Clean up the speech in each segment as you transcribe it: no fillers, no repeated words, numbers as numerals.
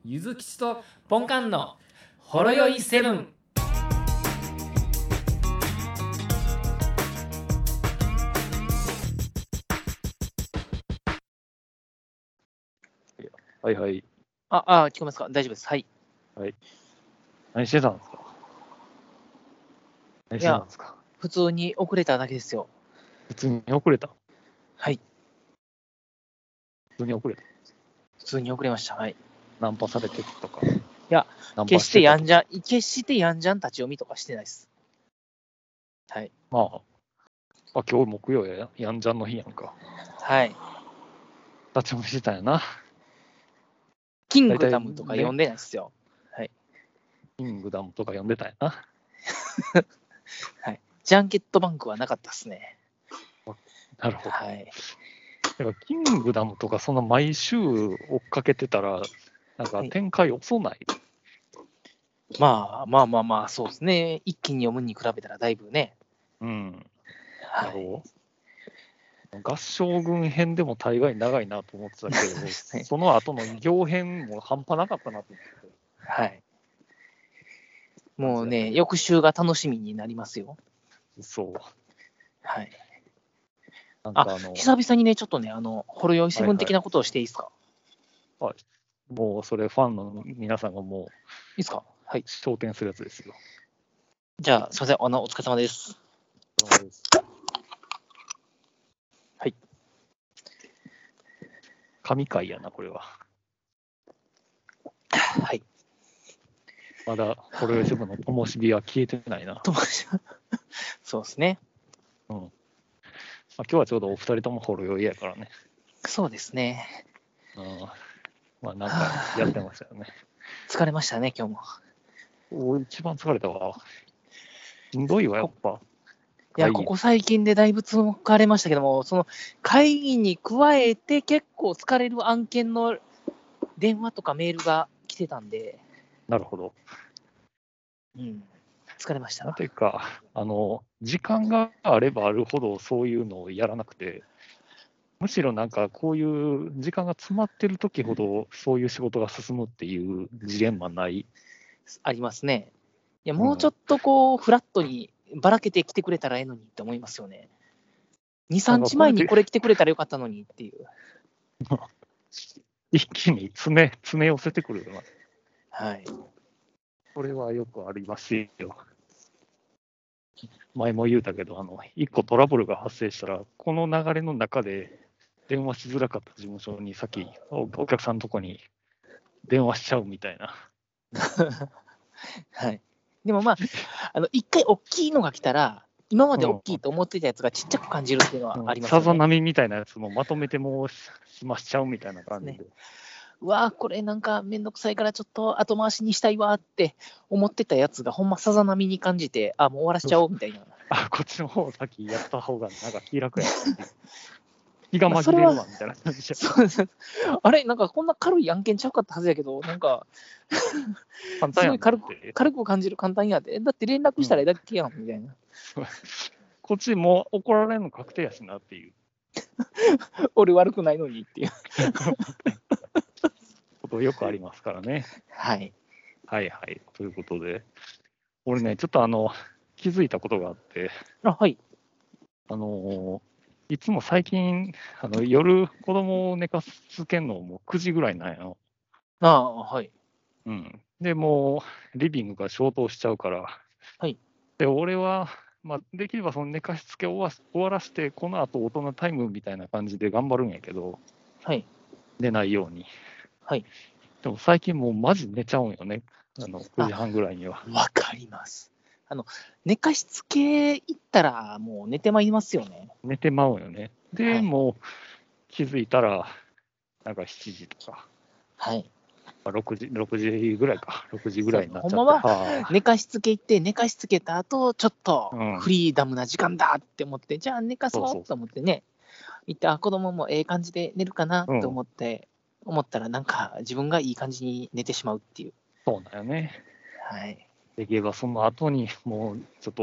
ゆずきちとポンカンのほろよいセブン。 はいはい。 聞こえますか？大丈夫です。はい。 はい。何してたんですか？何してたんですか？ 普通に遅れただけですよ。 普通に遅れた？ はい。 普通に遅れた？ 普通に遅れました。はい。 ナンパされてとか。 いや、 ナンパ決してやんとか。 じゃん、決してやんじゃん立ち読みとかしてないです。はい。 まあ、今日木曜やんじゃんの日やんか。 はい。 立ち読みしてたんやな。 キングダムとか読んでないですよ。はい。 キングダムとか読んでたんやな。 はい。ジャンケットバンクはなかったですね。 なるほど。 はい。 だからキングダムとかそんな毎週追っかけてたら、なんか展開遅ない？ まあ、そうですね。一気に読むに比べたらだいぶね。 うん。 はい。 合唱軍編でも大概長いなと思ってたけど、その後の行編も半端なかったなと思って。 はい。もうね、翌週が楽しみになりますよ。 そう。 はい。 なんか久々にね、ちょっとね、ほろよいセブン的なことをしていいですか？ はい。もうそれファンの皆さんがもう、いいですか？はい。 昇天するやつですよ。 じゃあ、すいません。お疲れ様です。はい。 神回やな、これは。 はい。 まだ、ホロヨイセブンの灯火は消えてないな。 そうですね。 うん。まあ、今日はちょうどお二人ともホロヨイやからね。 そうですね。 まあ、なんかやってましたよね。 疲れましたね、今日も。 一番疲れたわ。しんどいわ、やっぱ。 いや、ここ最近でだいぶ疲れましたけども、その会議に加えて結構疲れる案件の電話とかメールが来てたんで。 なるほど。 うん。疲れました。 なんていうか、時間があればあるほどそういうのをやらなくて、むしろなんかこういう時間が詰まってる時ほどそういう仕事が進むっていうジレンマない？ ありますね。いや、もうちょっとこう、フラットにばらけてきてくれたらええのにって思いますよね。2、3日前にこれ来てくれたらよかったのにっていう。 一気に詰め寄せてくるよな。 はい。 これはよくありますよ。前も言うたけど、一個トラブルが発生したら、この流れの中で電話しづらかった事務所に先、お客さんのとこに電話しちゃうみたいな。 はい。でもまあ、一回大きいのが来たら、今まで大きいと思ってたやつがちっちゃく感じるっていうのはありますよね。 さざ波みたいなやつもまとめてもう済ましちゃうみたいな感じで。 ね、うわこれなんかめんどくさいからちょっと後回しにしたいわって思ってたやつがほんまさざ波に感じて、もう終わらせちゃおうみたいな。 こっちの方を先やった方がなんか気楽や気が紛れるわみたいな感じで。 あれなんかこんな軽い案件ちゃうかったはずやけど、なんか簡単やん、 すごい軽く感じる、簡単やで。だって連絡したらええだけやん、みたいな。 こっちも怒られるの確定やしなっていう。 俺悪くないのにっていう。 ことよくありますからね。 はい。 はいはい。ということで、俺ね、ちょっと気づいたことがあって、 はい。 いつも最近、夜子供を寝かすけんのも9時ぐらいなんやの。 はい。 うん。で、もう、リビングが消灯しちゃうから。 はい。 で、俺は、まあ、できればその寝かしつけを終わらして、この後大人タイムみたいな感じで頑張るんやけど、 はい。 寝ないように。 はい。 でも最近もうマジ寝ちゃうんよね。9時半ぐらいには。 わかります。寝かしつけ行ったらもう寝てまいりますよね。 寝てまうよね。で、もう気づいたら、なんか7時とか。 はい。 6時ぐらいか。6時ぐらいになっちゃって。 ほんまは寝かしつけ行って、寝かしつけた後、ちょっとフリーダムな時間だって思って、じゃあ寝かそうと思ってね、行って、子供もええ感じで寝るかなと思ったら、なんか自分がいい感じに寝てしまうっていう。 そうだよね。 はい。 できればその後にもうちょっと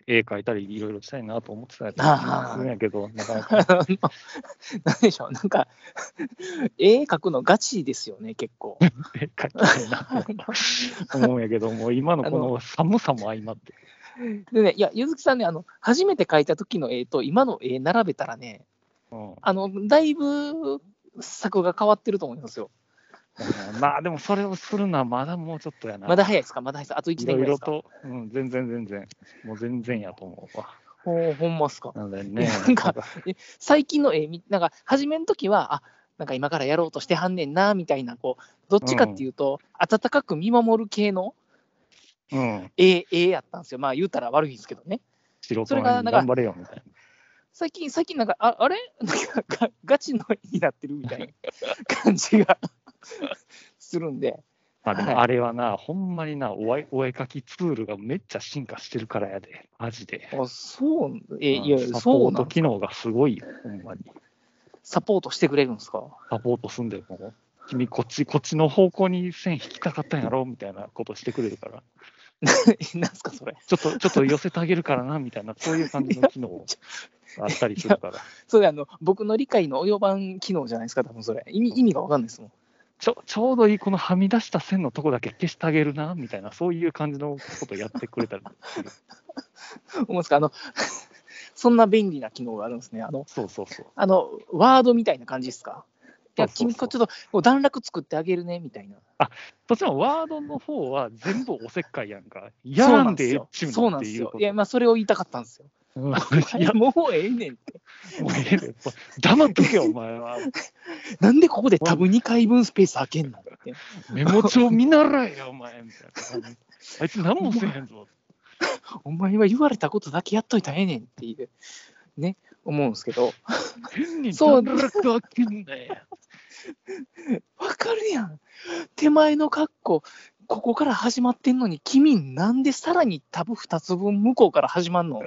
絵描いたりいろいろしたいなと思ってたやつあーするんやけど、なかなか。 なんでしょう、なんか、絵描くのガチですよね、結構。 絵描きたいなと思うんやけど、もう今のこの寒さも相まって。 でね、いや、ゆずきさんね、初めて描いた時の絵と今の絵並べたらね、だいぶ作が変わってると思いますよ。 まあでもそれをするのはまだもうちょっとやな。 まだ早いですか、まだ早いです。あと1年ぐらいですか。 いろいろと、全然、もう全然やと思うわ。 ほんまっすか。 なんでね、 なんか、最近の絵、なんか、初めの時は、なんか今からやろうとしてはんねんな、みたいな、こう、どっちかっていうと、温かく見守る系の絵やったんですよ。まあ、言うたら悪いんですけどね。 素人なりに頑張れよ、みたいな。 最近なんか、あれなんかガチの絵になってるみたいな感じがするんで。 まあでもあれはな、ほんまにな、お絵描きツールがめっちゃ進化してるからやで、マジで。 そう、いや、 サそうなんポート機能がすごいよ、ほんまに。 サポートしてくれるんですか？ サポートすんでも、君こっちの方向に線引きたかったんやろみたいなことしてくれるから。 なんすか、それ。 ちょっと寄せてあげるからな、みたいな、そういう感じの機能があったりするから。 それ僕の理解の及ばん機能じゃないですか、多分それ。意味がわかんないですもん。 ちょうどいいこのはみ出した線のとこだけ消してあげるな、みたいな、そういう感じのことやってくれたりする。 思うんですか、そんな便利な機能があるんですね。 そうそう。 ワードみたいな感じですか？いや、 そうそうそう君、ちょっともう段落作ってあげるね、みたいな。 そっちのワードの方は全部おせっかいやんか。やらんでええっちゅうそうのなんですよ。 っていうこと。 いや、まあ、それを言いたかったんですよ。 いや、 もうええねんって。 もうええで、黙っとけよ、お前は。 なんでここでタブ2回分スペース開けんのって。 メモ帳見習えよ、お前、みたいな感じ。あいつ何もせえへんぞ。 お前は言われたことだけやっといたらええねんっていう、ね、思うんですけど。 変に段落開けんなよ。 わかるやん。手前のカッコ、ここから始まってんのに、君、なんでさらにタブ2つ分向こうから始まんの？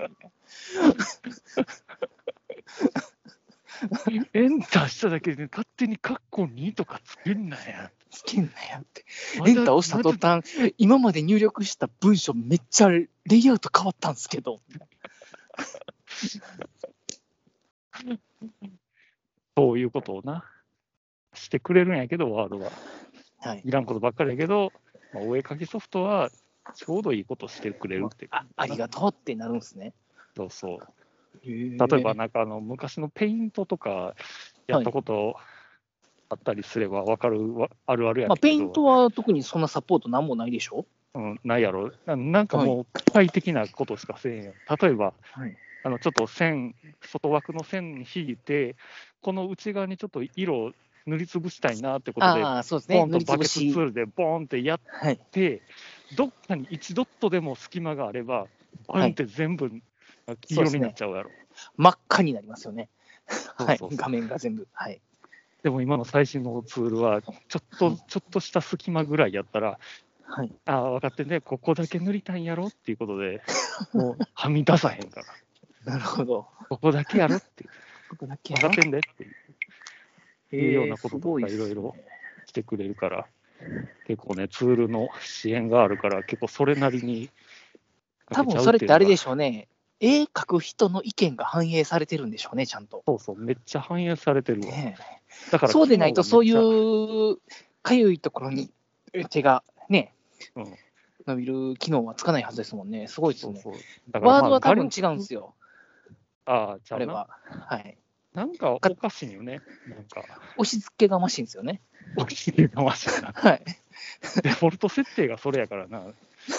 エンターしただけで勝手にカッコ2とかつけんなや。 つけんなやって。エンター押した途端、今まで入力した文章めっちゃレイアウト変わったんですけど。 そういうことをな、してくれるんやけど、ワードは。いらんことばっかりやけど、お絵描きソフトはちょうどいいことしてくれるっていう。 ありがとうってなるんですね。 そう。例えば、なんか昔のペイントとかやったことあったりすれば分かる、あるあるやけど、 ペイントは特にそんなサポートなんもないでしょ？ ないやろ。なんかもう機械的なことしかせえへんよ。例えば、ちょっと外枠の線に引いて、この内側にちょっと色を塗りつぶしたいなってことで、ポンとバケツツールでボーンってやって、どっかに1ドットでも隙間があれば、バンって全部黄色になっちゃうやろ。 真っ赤になりますよね。画面が全部。 でも今の最新のツールは、ちょっとした隙間ぐらいやったら、分かってね、ここだけ塗りたいんやろっていうことで、もうはみ出さへんから。 なるほど。 ここだけやろっていう。 ここだけ分かってんでっていうようなこととかいろいろしてくれるから、結構ね、ツールの支援があるから、結構それなりに。 多分それってあれでしょうね。絵描く人の意見が反映されてるんでしょうね、ちゃんと。 そう、めっちゃ反映されてるわ。 だからそうでないと、そういうかゆいところに手がね、伸びる機能はつかないはずですもんね。すごいですね。ワードは多分違うんですよ。あれは。 なんかおかしいよね。なんか押し付けがましいんですよね。 押し付けがましいな。デフォルト設定がそれやからな。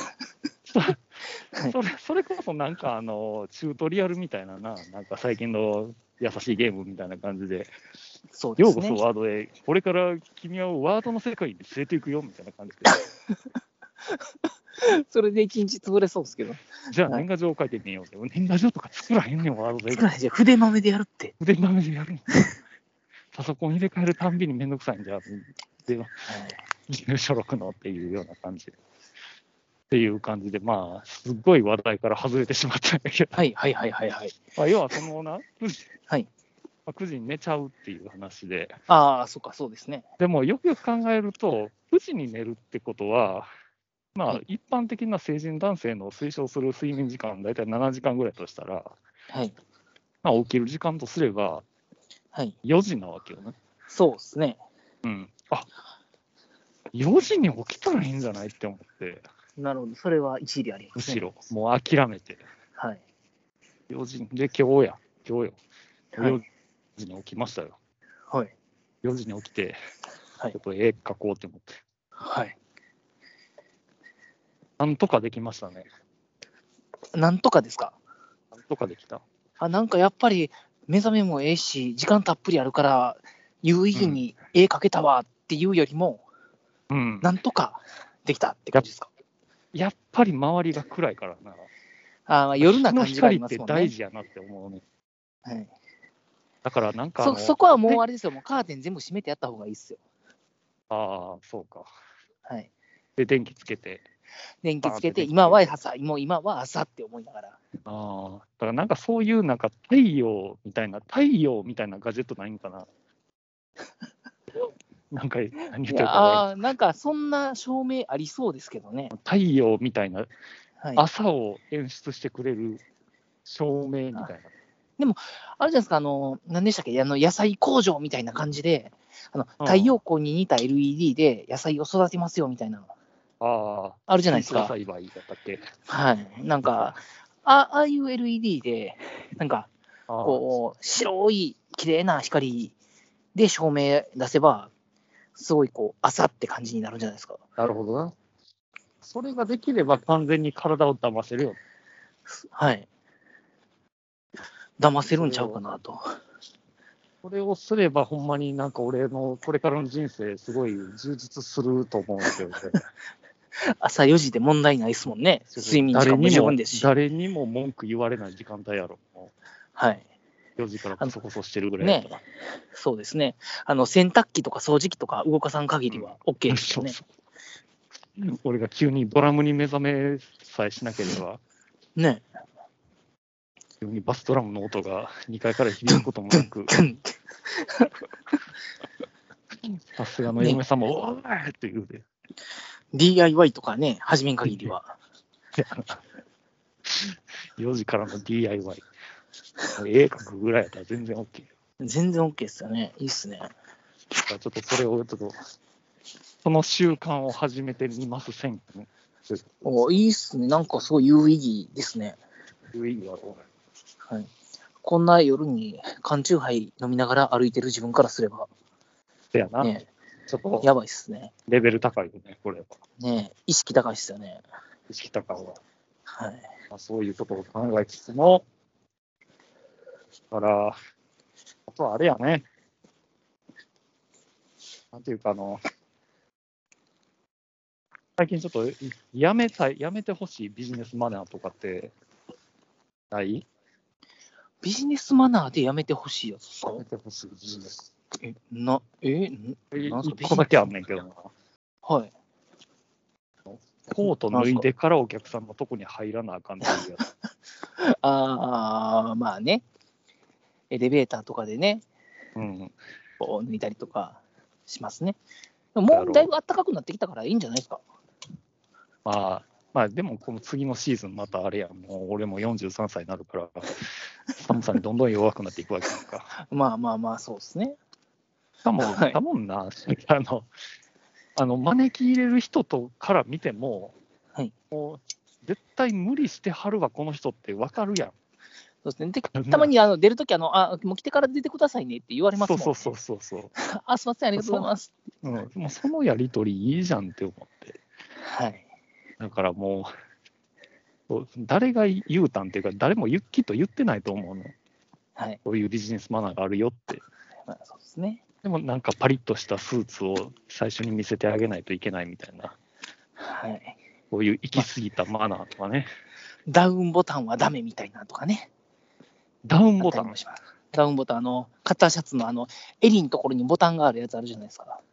それこそなんかチュートリアルみたいななんか最近の優しいゲームみたいな感じで、ようこそワードへ、これから君はワードの世界に連れていくよみたいな感じで。 それで一日潰れそうですけど。 じゃあ年賀状を書いてみようって。年賀状とか作らへんねん、ワードで。 作らへんじゃ筆豆でやるって。 筆豆でやるの。パソコン入れ替えるたんびにめんどくさいんじゃん。で、住所録のっていうような感じ。っていう感じで、すっごい話題から外れてしまったんだけど。要はそのな、9時に寝ちゃうっていう話で。 そうですね。 でもよくよく考えると、9時に寝るってことは、 まあ、 はい一般的な成人男性の推奨する睡眠時間、大体7時間ぐらいとしたら、 はい。 まあ、起きる時間とすればはい。 4時なわけよね。 そうですね。 あ、4時に起きたらいいんじゃないって思って、 なるほど。それは一理ありますね。 むしろ、もう諦めて、 はい。 4時で、今日よ、 はい 4時に起きましたよ。 はい。 4時に起きて、 はいちょっと絵描こうって思って、 はい。 なんとかできましたね。 なんとかですか。 なんとかできた。 なんかやっぱり目覚めもええし、時間たっぷりあるから、有意義に絵描けたわっていうよりも、 うん。 なんとかできたって感じですか。 やっぱり周りが暗いからな。 夜な感じがあり日の光ってますもんね。 大事やなって思うね。 はい、 だからなんかそこはもうあれですよ、もうカーテン全部閉めてやった方がいいですよ。 ああ、そうか。 はい、 で、電気つけて。 電気つけて、 バーンって今は朝、もう今は朝って思いながら。 ああ、だからなんかそういうなんか太陽みたいなガジェットないんかな。なんか何言っているか分かやなんかそんな照明ありそうですけどね。 る太陽みたいな、 はい、 朝を演出してくれる照明みたいな。 あるじゃないですか、何でしたっけ、野菜工場みたいな感じで、太陽光に似た LED で野菜を育てますよみたいな、 ああるじゃないですか。 栽培だったっけ。 はい。なんか、ああいう LED で、なんか、こう、白い綺麗な光で照明出せば、すごいこう、朝って感じになるんじゃないですか。 なるほどな。それができれば完全に体を騙せるよ。 はい。騙せるんちゃうかなと。 それをすれば、ほんまになんか俺のこれからの人生、すごい充実すると思うんですよね。 朝4時で問題ないですもんね。睡眠時間も十分ですし。 誰にも文句言われない時間帯やろ。 はい。 4時からこそこそしてるぐらいやったら。 ね、そうですね。洗濯機とか掃除機とか動かさん限りは OK ですよね。 そう俺が急にドラムに目覚めさえしなければ、 ね。 急にバスドラムの音が2階から響くこともなく、さすがの嫁さんも、おーいって言うで。 DIY とかね、始めん限りは。 4時からの DIY。絵描くぐらいやったら全然 OK。 全然 OK ですよね。いいっすね。 ちょっとそれをその習慣を始めてみますせんかね。 いいっすね。なんかすごい有意義ですね。 有意義だと。 はい。こんな夜に缶チューハイ飲みながら歩いてる自分からすれば、 せやな。 ね、 ちょっとやばいっすね。 レベル高いよね、これは。 ね、意識高いっすよね。 意識高いわ。 はい。 まあ、そういうことを考えつつも、だから、あとはあれやね。なんていうか最近ちょっとやめてほしいビジネスマナーとかってない？ ビジネスマナーでやめてほしいやつですか？ やめてほしいビジネス。 なんすか一個だけあんねんけどな。 はい。 コート脱いでからお客さんのとこに入らなあかんっていうやつ。 まあね。エレベーターとかでね、 うん。 こう抜いたりとかしますね。でももうだいぶ暖かくなってきたからいいんじゃないですか。 まあ、でもこの次のシーズンまたあれやん。もう俺も43歳になるから、寒さにどんどん弱くなっていくわけやんか。 まあ、そうですね。 多分はいな、招き入れる人から見ても、 はい、 もう絶対無理してはるわ、この人って分かるやん。 そうですね。でたまに出るときもう来てから出てくださいねって言われますもんね。 そう。 すみません、ありがとうございます。 もうそのやりとりいいじゃんって思って。 はい。 だからもう、誰が言うたんっていうか、誰もきっと言ってないと思うの。 はい。 そういうビジネスマナーがあるよって。 まあ、そうですね。 でもなんかパリッとしたスーツを最初に見せてあげないといけないみたいな。 はい。 こういう行き過ぎたマナーとかね。 ダウンボタンはダメみたいなとかね。 ダウンボタン。 ダウンボタン、カッターシャツの襟のところにボタンがあるやつあるじゃないですか。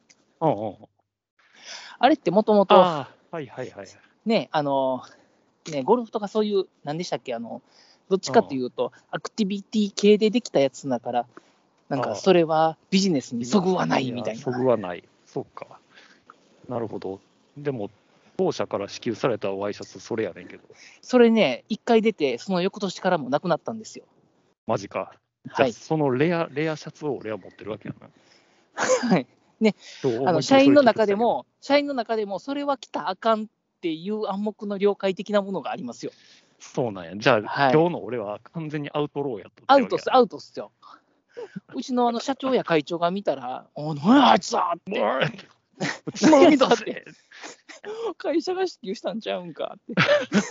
あれってもともと、ね、ゴルフとかそういう、何でしたっけ、どっちかというと、アクティビティ系でできたやつだから、なんかそれはビジネスにそぐわないみたいな。 そぐわない。そうか。なるほど。でも、 当社から支給されたワイシャツ、それやねんけど。 それね、1回出て、その翌年からもなくなったんですよ。 マジか。じゃあ、 はい。 そのレアシャツを俺は持ってるわけやな。 はい。ね、社員の中でも、それは着たらあかんっていう暗黙の了解的なものがありますよ。 そうなんや。じゃあ、 はい、 今日の俺は完全にアウトローやと。 アウトっすよ。うちの社長や会長が見たら、何やあいつだって。 つまみだぜ会社が支給したんちゃうんかって。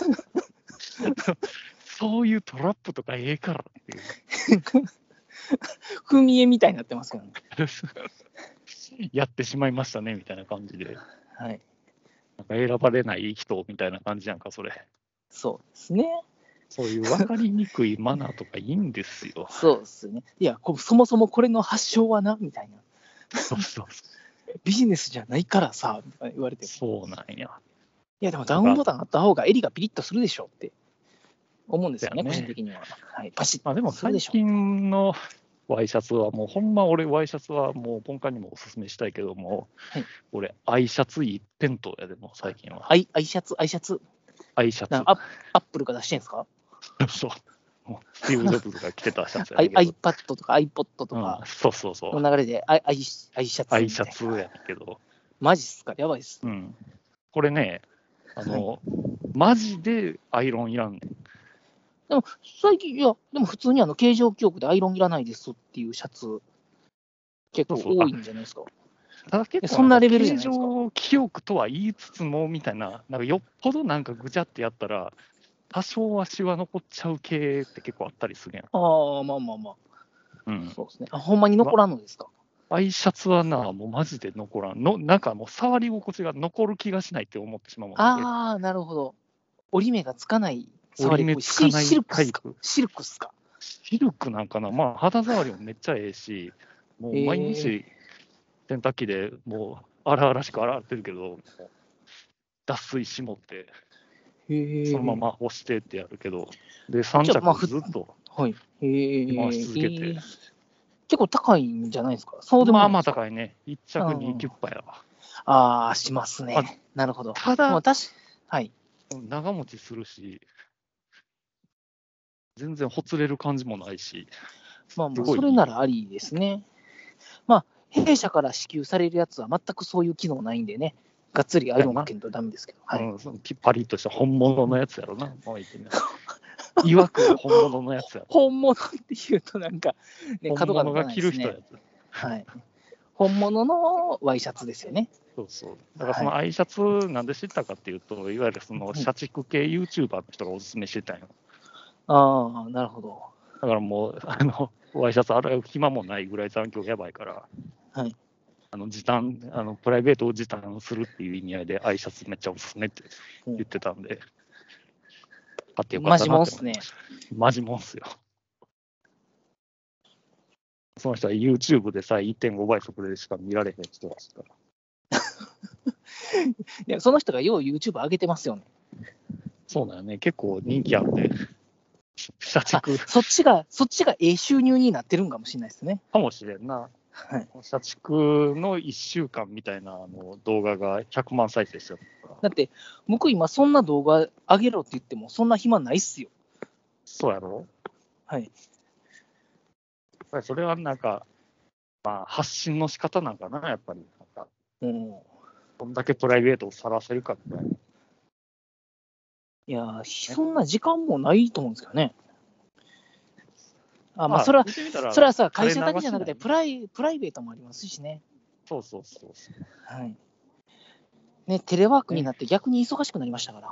そういうトラップとかええからっていう。 踏み絵みたいになってますけどね。 やってしまいましたねみたいな感じで。 はい。 なんか選ばれない人みたいな感じやんか、それ。 そうですね。 そういう分かりにくいマナーとかいいんですよ。 そうですね。いや、そもそもこれの発祥はな、みたいな。 そうそうビジネスじゃないからさ、言われて。 そうなんや。 いや、でもダウンボタンあった方が襟がピリッとするでしょって思うんですよね、個人的には。はい、パシッとでも最近のワイシャツはもう、ほんま俺、ワイシャツはもう、ポンカンにもおすすめしたいけども、 はい、 俺、アイシャツ一辺倒やでも、最近は。 アイシャツ。 アイシャツ。 アップルが出してんすか？ そう。スティーブ・ジョブズが着てたシャツやけど。iPad とか iPod とか、 そう。 の流れでアイシャツ。 アイシャツやけど。 マジっすか？やばいっす。 これね、マジでアイロンいらんねん。 でも最近、でも普通に形状記憶でアイロンいらないですっていうシャツ、結構多いんじゃないですか。 ただ結構そんなレベルじゃないですか。 形状記憶とは言いつつもみたいな、なんかよっぽどなんかぐちゃってやったら、多少はシワ残っちゃう系って結構あったりするやん。 まあ。そうですね。ほんまに残らんのですか？ アイシャツはな、もうマジで残らんの。なんかもう触り心地が残る気がしないって思ってしまうもんね。なるほど。折り目がつかない触り心地。シルクっすか？ シルクなんかな。まあ肌触りもめっちゃええし、もう毎日洗濯機でもう荒々しく洗ってるけど、脱水絞って、そのまま干してってやるけど、で、3着ずっと回し続けて。 結構高いんじゃないですか？ まあ高いね。1着にキュッパやわ。しますね。なるほど。 ただ、 はい。 長持ちするし、全然ほつれる感じもないし。 それならありですね。弊社から支給されるやつは全くそういう機能ないんでね、がっつりアイロンかけんとダメですけど。 パリッとした本物のやつやろな。いわく本物のやつやろ。 本物って言うとなんか、 本物が着る人やつ。 はい。本物のワイシャツですよね。 そう。だからそのアイシャツなんで知ったかっていうと、いわゆるその社畜系 YouTuber の人がおすすめしてたんよ。 なるほど。 だからもう、ワイシャツ洗う暇もないぐらい残響やばいから、 はい。 プライベートを時短するっていう意味合いで、アイシャツめっちゃおすすめって言ってたんで、買ってよかったなって思いました。マジもんっすね。その人は YouTube でさ、1.5 倍速でしか見られへん人ですから。 いや、その人がよう YouTube 上げてますよね。 そうだよね。結構人気あって、社畜。 そっちが収入になってるんかもしれないですね。 かもしれんな。 はい、 社畜の1週間みたいな動画が100万再生してる。 だって、僕今そんな動画上げろって言っても、そんな暇ないっすよ。 そうやろ？ はい。 それはなんか、発信の仕方なんかな、やっぱり。どんだけプライベートをさらせるかみたいな。 いや、そんな時間もないと思うんですけどね。それはさ、会社だけじゃなくてプライベートもありますしね。 そう。 はい。ね、テレワークになって逆に忙しくなりましたから。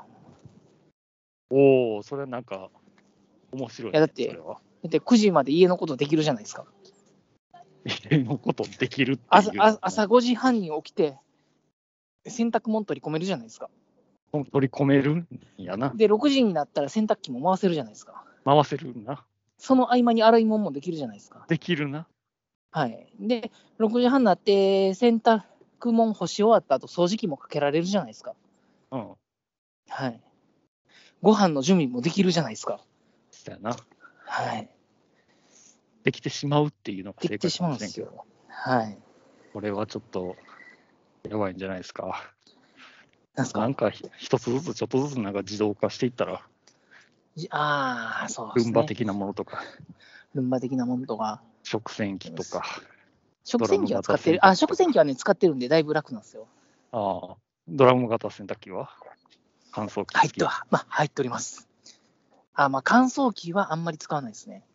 それなんか、面白い、 ね。だって9時まで家のことできるじゃないですか。 家のことできるっていう朝5時半に起きて、洗濯物取り込めるじゃないですか。 取り込めるんやな。 で、6時になったら洗濯機も回せるじゃないですか。 回せるな。 その合間に洗い物もできるじゃないですか。 できるな。 はい。で、6時半になって洗濯物干し終わった後、掃除機もかけられるじゃないですか。はい。ご飯の準備もできるじゃないですか。 そうやな。 はい。 できてしまうっていうのが正解かもしれんけど。 できてしまうんですよ。はい。 これはちょっとやばいんじゃないですか。 なんすか？ なんか一つずつちょっとずつなんか自動化していったら、 そうですね。 ルンバ的なものとか、 ルンバ的なものとか。 食洗機とか。 食洗機は使ってる。食洗機はね、使ってるんで、だいぶ楽なんですよ。 ドラム型洗濯機は乾燥機入っております。乾燥機はあんまり使わないですね。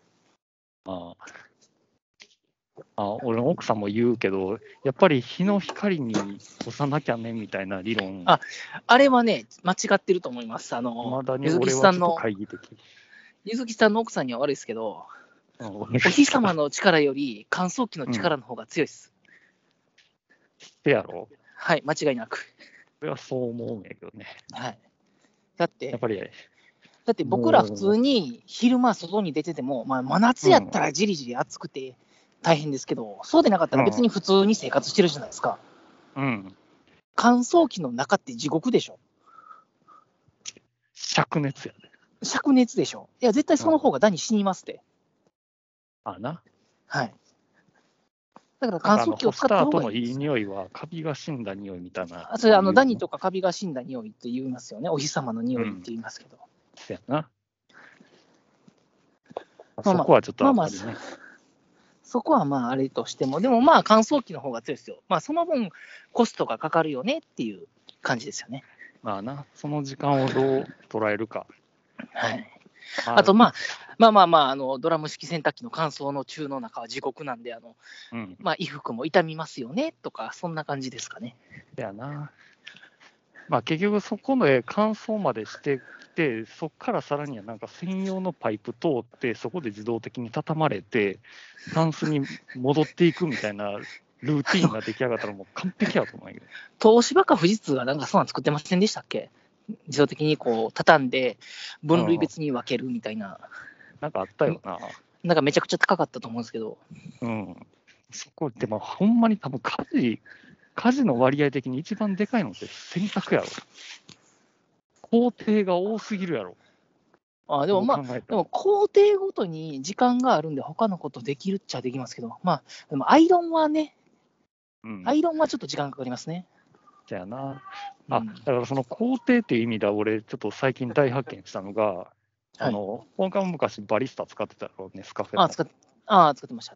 俺の奥さんも言うけど、やっぱり日の光に干さなきゃねみたいな理論。 あれはね、間違ってると思います。 まだに俺はちょっと懐疑的。 ゆずきさんの奥さんには悪いですけど、お日様の力より乾燥機の力の方が強いです。 ってやろ？ はい、間違いなく。 俺はそう思うんやけどね。 はい。だって僕ら普通に昼間外に出てても、真夏やったらじりじり暑くて大変ですけど、そうでなかったら別に普通に生活してるじゃないですか。乾燥機の中って地獄でしょ。 灼熱やで。 灼熱でしょ。いや、絶対その方がダニ死にますって。 はい。 だから乾燥機を使った方がいい。 干した後のいい匂いはカビが死んだ匂いみたいな。 それダニとかカビが死んだ匂いって言いますよね。お日様の匂いって言いますけど。 そうやな。そこはちょっとそこはあれとしても、でも乾燥機の方が強いですよ。その分コストがかかるよねっていう感じですよね。 その時間をどう捉えるか。 はい。あとドラム式洗濯機の乾燥の中の中は地獄なんで、衣服も傷みますよねとか、そんな感じですかね。 やな。結局そこの乾燥までしてて、そこからさらにはなんか専用のパイプ通って、そこで自動的に畳まれて、タンスに戻っていくみたいなルーティーンが出来上がったらもう完璧やと思うけど。 東芝か富士通がなんかそんなん作ってませんでしたっけ？自動的にこう畳んで分類別に分けるみたいな。 なんかあったよな。 なんかめちゃくちゃ高かったと思うんですけど。 そこってほんまに多分家事の割合的に一番でかいのって洗濯やろ。工程が多すぎるやろ。 でも工程ごとに時間があるんで他のことできるっちゃできますけど、でもアイロンはね、アイロンはちょっと時間かかりますね。 じゃあな。だからその工程っていう意味では俺ちょっと最近大発見したのが、本館昔バリスタ使ってたろ、ネスカフェ。 使ってました。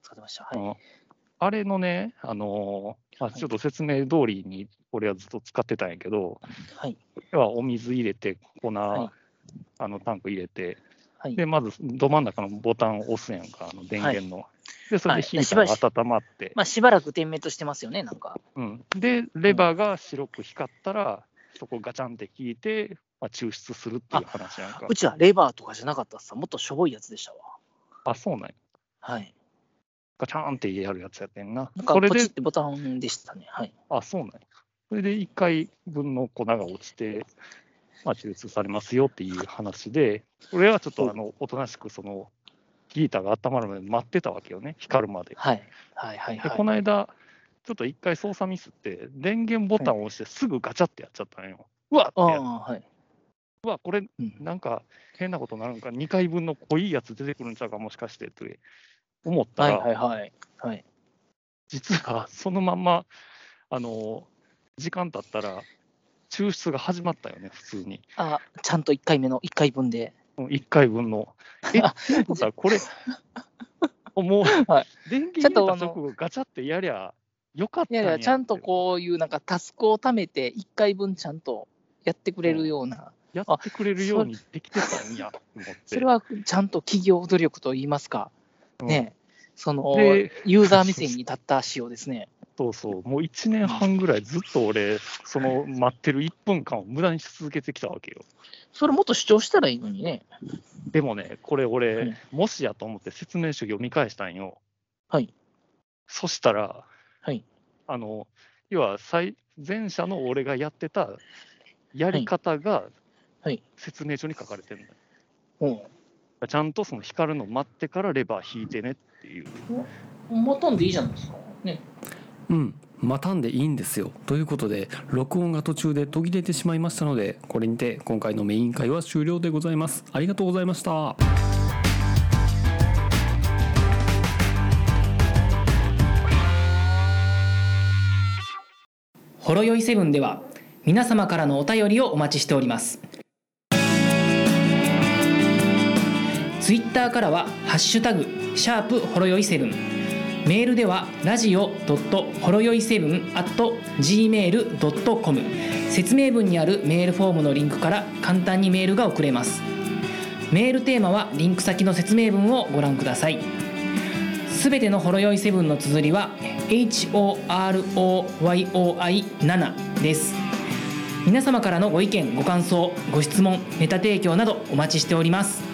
あれのね、ちょっと説明通りに俺はずっと使ってたんやけど、要はお水入れて、粉、タンク入れて、で、まずど真ん中のボタンを押すやんか、電源の。で、それでヒーターが温まって。 しばらく点滅としてますよね、なんか。 で、レバーが白く光ったら、そこガチャンって引いて、抽出するっていう話やんか。 うちはレバーとかじゃなかったっす。もっとしょぼいやつでしたわ。 そうなんや。ガチャンってやるやつやってんな。 なんかポチってボタンでしたね。 そうなんや。それで1回分の粉が落ちて、抽出されますよっていう話で、俺はちょっとおとなしくそのヒーターが温まるまで待ってたわけよね、光るまで。で、この間、ちょっと1回操作ミスって、電源ボタンを押してすぐガチャってやっちゃったんよ。うわってうわ、これ、なんか変なことになるんか、2回分の濃いやつ出てくるんちゃうか、もしかしてって思ったら、実はそのまま、時間経ったら、抽出が始まったよね、普通に。 ちゃんと1回分で。 1回分の。これ、もう、電源入れた直後、ガチャってやりゃよかったんや。 ちゃんとこういうなんかタスクを貯めて、1回分ちゃんとやってくれるような。 やってくれるようにできてたんやと思って。 それはちゃんと企業努力といいますか、そのユーザー目線に立った仕様ですね。 もう1年半ぐらいずっと俺、その待ってる1分間を無駄にし続けてきたわけよ。 それもっと主張したらいいのにね。 でもね、これ俺、もしやと思って説明書読み返したんよ。そしたら、要は前者の俺がやってたやり方が説明書に書かれてるのよ。ちゃんとその光るの待ってからレバー引いてねっていう。 待たんでいいじゃないですか。 待たんでいいんですよ。ということで録音が途中で途切れてしまいましたので、これにて今回のメイン会は終了でございます。ありがとうございました。 ほろよい7では皆様からのお便りをお待ちしております。ツイッターからはハッシュタグ#ほろよい7、メールではラジオほろよい7 @gmail.com、 説明文にあるメールフォームのリンクから簡単にメールが送れます。メールテーマはリンク先の説明文をご覧ください。すべてのほろよい7の綴りは HOROYOI7 です。皆様からのご意見、ご感想、ご質問、ネタ提供などお待ちしております。